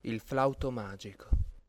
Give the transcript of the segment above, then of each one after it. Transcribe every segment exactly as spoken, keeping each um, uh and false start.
Il flauto magico.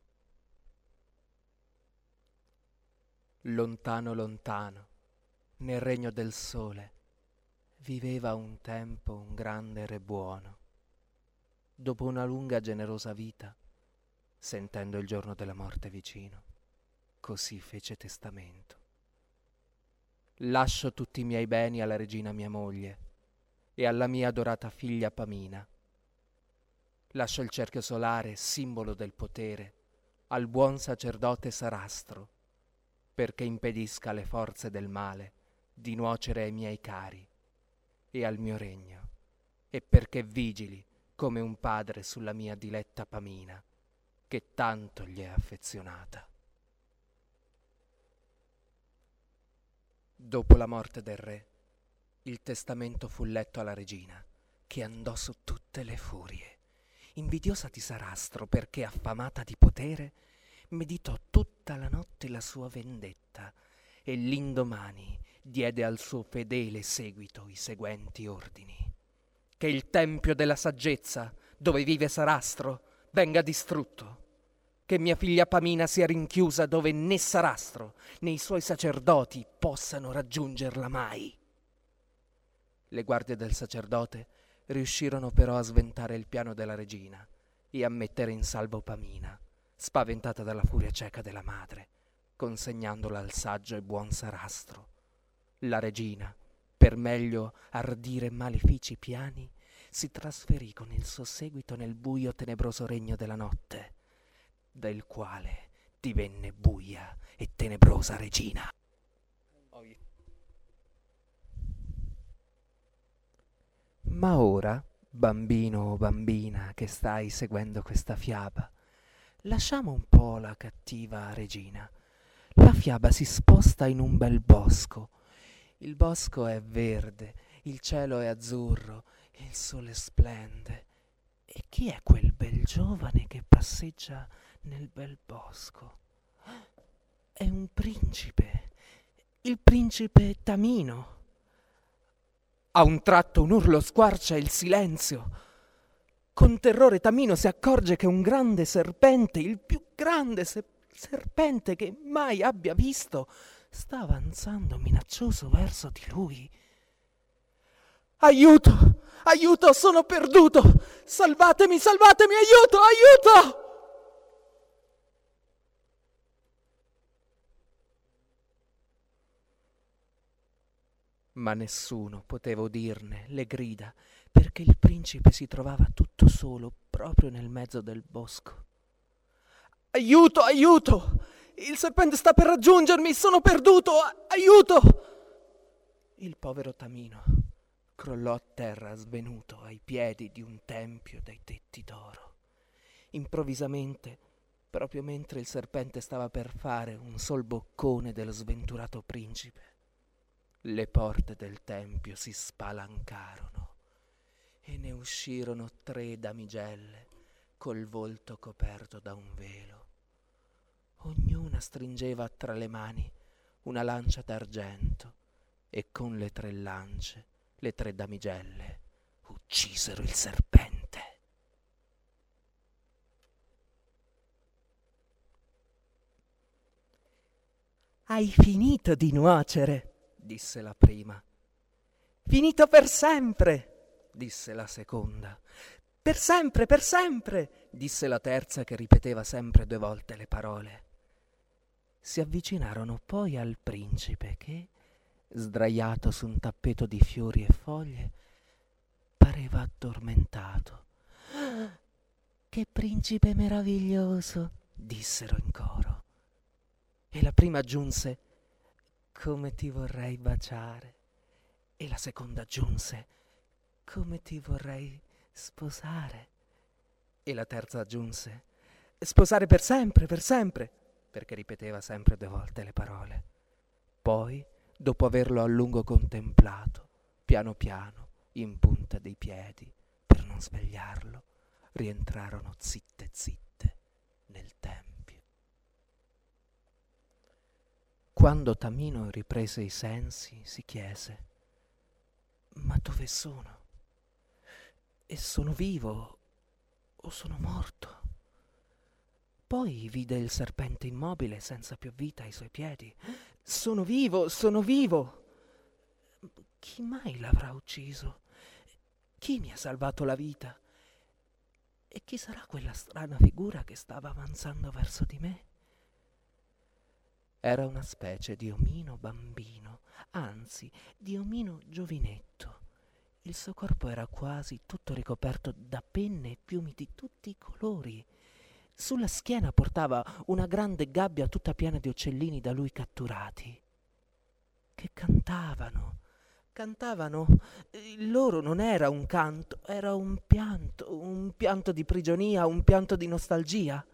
Lontano, lontano, nel regno del sole, viveva un tempo un grande re buono. Dopo una lunga generosa vita, sentendo il giorno della morte vicino, così fece testamento. Lascio tutti i miei beni alla regina mia moglie e alla mia adorata figlia Pamina. Lascio il cerchio solare, simbolo del potere, al buon sacerdote Sarastro, perché impedisca alle forze del male di nuocere ai miei cari e al mio regno, e perché vigili come un padre sulla mia diletta Pamina, che tanto gli è affezionata. Dopo la morte del re, il testamento fu letto alla regina, che andò su tutte le furie. Invidiosa di Sarastro, perché affamata di potere, meditò tutta la notte la sua vendetta e l'indomani diede al suo fedele seguito i seguenti ordini: che il tempio della saggezza, dove vive Sarastro, venga distrutto, che mia figlia Pamina sia rinchiusa dove né Sarastro né i suoi sacerdoti possano raggiungerla mai. Le guardie del sacerdote riuscirono però a sventare il piano della regina e a mettere in salvo Pamina, spaventata dalla furia cieca della madre, consegnandola al saggio e buon Sarastro. La regina, per meglio ardire malefici piani, si trasferì con il suo seguito nel buio tenebroso regno della notte, del quale divenne buia e tenebrosa regina. Ma ora, bambino o bambina che stai seguendo questa fiaba, lasciamo un po' la cattiva regina. La fiaba si sposta in un bel bosco. Il bosco è verde, il cielo è azzurro, il sole splende. E chi è quel bel giovane che passeggia nel bel bosco? È un principe, il principe Tamino. A un tratto un urlo squarcia il silenzio. Con terrore Tamino si accorge che un grande serpente, il più grande se- serpente che mai abbia visto, sta avanzando minaccioso verso di lui. Aiuto! Aiuto! Sono perduto! Salvatemi! Salvatemi! Aiuto! Aiuto! Ma nessuno poteva udirne le grida, perché il principe si trovava tutto solo proprio nel mezzo del bosco. Aiuto, aiuto! Il serpente sta per raggiungermi, sono perduto! Aiuto! Il povero Tamino crollò a terra svenuto ai piedi di un tempio dai tetti d'oro. Improvvisamente, proprio mentre il serpente stava per fare un sol boccone dello sventurato principe, le porte del tempio si spalancarono e ne uscirono tre damigelle col volto coperto da un velo. Ognuna stringeva tra le mani una lancia d'argento e con le tre lance le tre damigelle uccisero il serpente. Hai finito di nuocere, disse la prima. Finito per sempre, disse la seconda. Per sempre, per sempre, disse la terza, che ripeteva sempre due volte le parole. Si avvicinarono poi al principe che, sdraiato su un tappeto di fiori e foglie, pareva addormentato. Che principe meraviglioso, dissero in coro. E la prima aggiunse: come ti vorrei baciare. E la seconda aggiunse: come ti vorrei sposare. E la terza aggiunse: sposare per sempre, per sempre, perché ripeteva sempre due volte le parole. Poi, dopo averlo a lungo contemplato, piano piano, in punta dei piedi, per non svegliarlo, rientrarono zitte zitte nel tempio. Quando Tamino riprese i sensi, si chiese: ma dove sono? E sono vivo o sono morto? Poi vide il serpente immobile senza più vita ai suoi piedi. Sono vivo, sono vivo! Chi mai l'avrà ucciso? Chi mi ha salvato la vita? E chi sarà quella strana figura che stava avanzando verso di me? Era una specie di omino bambino, anzi di omino giovinetto. Il suo corpo era quasi tutto ricoperto da penne e piumi di tutti i colori. Sulla schiena portava una grande gabbia tutta piena di uccellini da lui catturati, che cantavano. Cantavano. Il loro non era un canto, era un pianto, un pianto di prigionia, un pianto di nostalgia.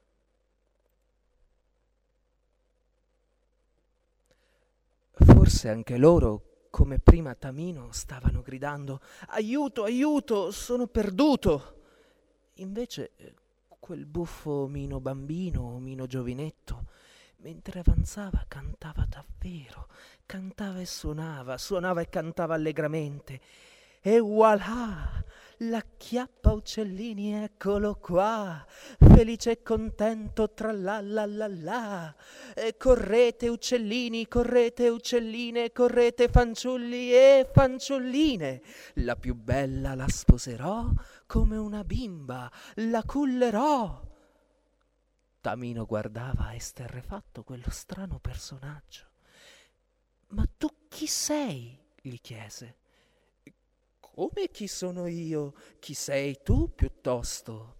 Forse anche loro, come prima Tamino, stavano gridando «Aiuto, aiuto, sono perduto!» Invece quel buffo omino bambino, omino giovinetto, mentre avanzava cantava davvero, cantava e suonava, suonava e cantava allegramente. E voilà! L'acchiappa uccellini, eccolo qua, felice e contento tra la la la la. E correte uccellini, correte uccelline, correte fanciulli e fanciulline. La più bella la sposerò come una bimba, la cullerò. Tamino guardava esterrefatto quello strano personaggio. Ma tu chi sei? Gli chiese. Come chi sono io? Chi sei tu piuttosto?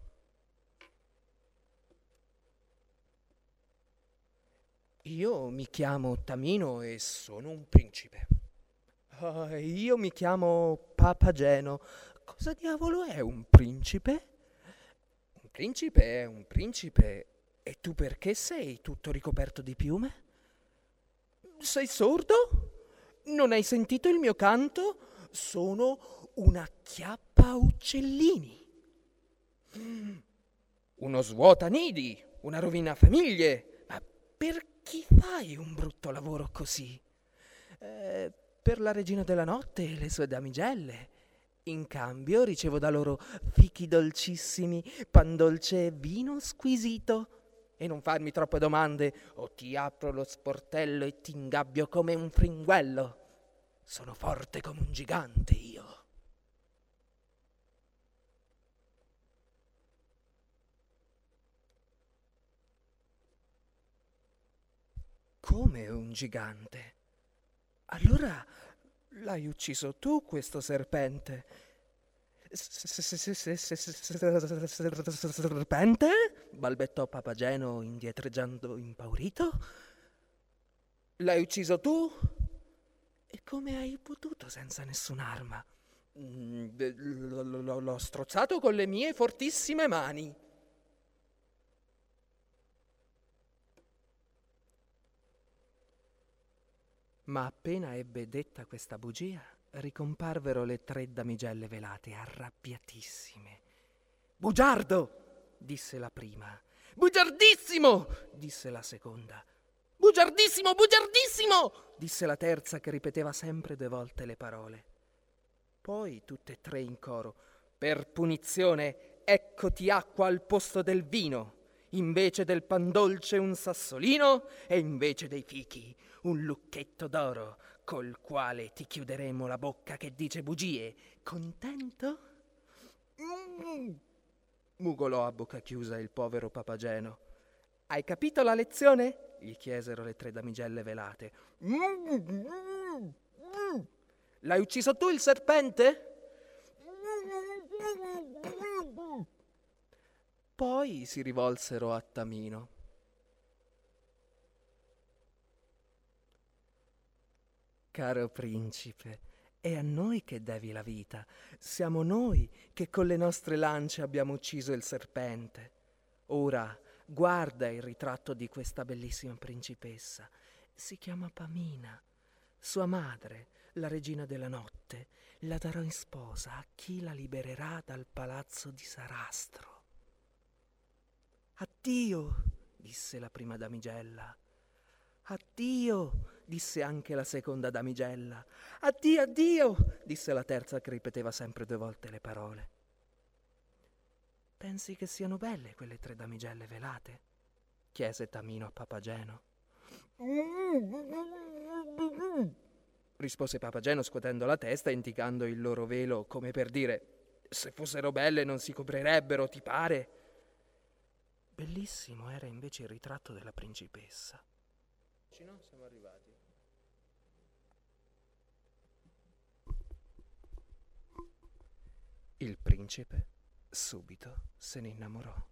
Io mi chiamo Tamino e sono un principe. Uh, io mi chiamo Papageno. Cosa diavolo è un principe? Un principe è un principe. E tu perché sei tutto ricoperto di piume? Sei sordo? Non hai sentito il mio canto? Sono una chiappa uccellini. Mm. Uno svuota nidi, una rovina famiglie. Ma per chi fai un brutto lavoro così? Eh, per la regina della notte e le sue damigelle. In cambio ricevo da loro fichi dolcissimi, pan dolce e vino squisito. E non farmi troppe domande, o ti apro lo sportello e ti ingabbio come un fringuello. Sono forte come un gigante io. Come un gigante? Allora l'hai ucciso tu, questo serpente? Serpente? Balbettò Papageno indietreggiando impaurito. L'hai ucciso tu? E come hai potuto senza nessun'arma? L'ho strozzato con le mie fortissime mani. Ma appena ebbe detta questa bugia, ricomparvero le tre damigelle velate, arrabbiatissime. «Bugiardo!» disse la prima. «Bugiardissimo!» disse la seconda. «Bugiardissimo, bugiardissimo!» disse la terza, che ripeteva sempre due volte le parole. Poi tutte e tre in coro. «Per punizione, eccoti acqua al posto del vino, invece del pan dolce un sassolino e invece dei fichi un lucchetto d'oro, col quale ti chiuderemo la bocca che dice bugie. Contento?» Mm. Mugolò a bocca chiusa il povero Papageno. «Hai capito la lezione?» gli chiesero le tre damigelle velate. «L'hai ucciso tu il serpente?» Poi si rivolsero a Tamino. «Caro principe, è a noi che devi la vita. Siamo noi che con le nostre lance abbiamo ucciso il serpente. Ora guarda il ritratto di questa bellissima principessa. Si chiama Pamina. Sua madre, la regina della notte, la darò in sposa a chi la libererà dal palazzo di Sarastro.» «Addio!» disse la prima damigella. «Addio!» disse anche la seconda damigella. «Addio, addio!» disse la terza, che ripeteva sempre due volte le parole. Pensi che siano belle quelle tre damigelle velate? Chiese Tamino a Papageno. Rispose Papageno scuotendo la testa e indicando il loro velo come per dire: se fossero belle non si coprirebbero, ti pare? Bellissimo era invece il ritratto della principessa. No, siamo arrivati. Il principe subito se ne innamorò.